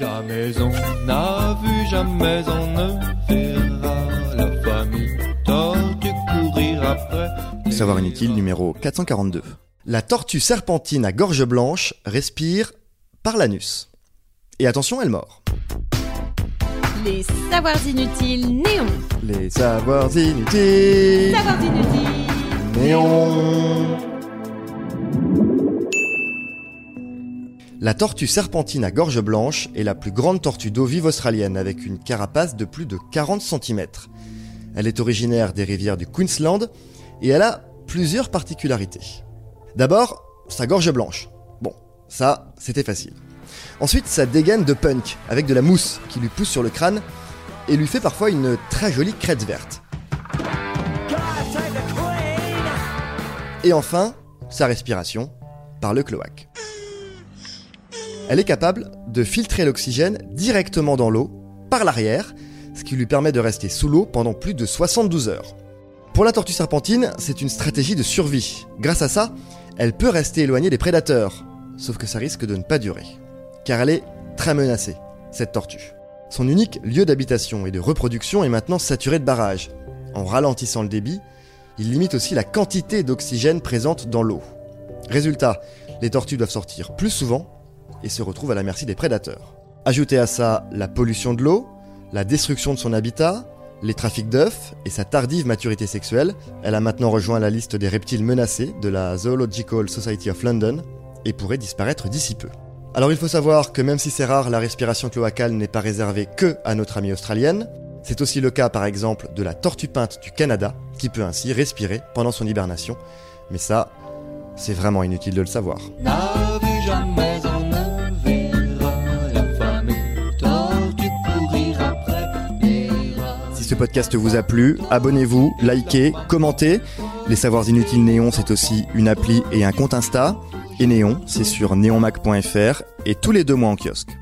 Jamais on n'a vu, jamais on ne verra la famille tortue courir après. Savoir inutile numéro 442. La tortue serpentine à gorge blanche respire par l'anus. Et attention, elle mord. Les savoirs inutiles néons. Les savoirs inutiles. Savoirs inutiles néons. La tortue serpentine à gorge blanche est la plus grande tortue d'eau vive australienne avec une carapace de plus de 40 cm. Elle est originaire des rivières du Queensland et elle a plusieurs particularités. D'abord, sa gorge blanche. Bon, ça, c'était facile. Ensuite, sa dégaine de punk avec de la mousse qui lui pousse sur le crâne et lui fait parfois une très jolie crête verte. Et enfin, sa respiration par le cloaque. Elle est capable de filtrer l'oxygène directement dans l'eau, par l'arrière, ce qui lui permet de rester sous l'eau pendant plus de 72 heures. Pour la tortue serpentine, c'est une stratégie de survie. Grâce à ça, elle peut rester éloignée des prédateurs, sauf que ça risque de ne pas durer. Car elle est très menacée, cette tortue. Son unique lieu d'habitation et de reproduction est maintenant saturé de barrages. En ralentissant le débit, il limite aussi la quantité d'oxygène présente dans l'eau. Résultat, les tortues doivent sortir plus souvent et se retrouvent à la merci des prédateurs. Ajoutez à ça la pollution de l'eau, la destruction de son habitat, les trafics d'œufs et sa tardive maturité sexuelle, elle a maintenant rejoint la liste des reptiles menacés de la Zoological Society of London et pourrait disparaître d'ici peu. Alors il faut savoir que même si c'est rare, la respiration cloacale n'est pas réservée que à notre amie australienne. C'est aussi le cas par exemple de la tortue peinte du Canada, qui peut ainsi respirer pendant son hibernation. Mais ça, c'est vraiment inutile de le savoir. N'a vu jamais on ne verra la famille tortue courir après les rats. Si ce podcast vous a plu, abonnez-vous, likez, commentez. Les Savoirs Inutiles Néon, c'est aussi une appli et un compte Insta. Et Néon, c'est sur neonmac.fr et tous les 2 mois en kiosque.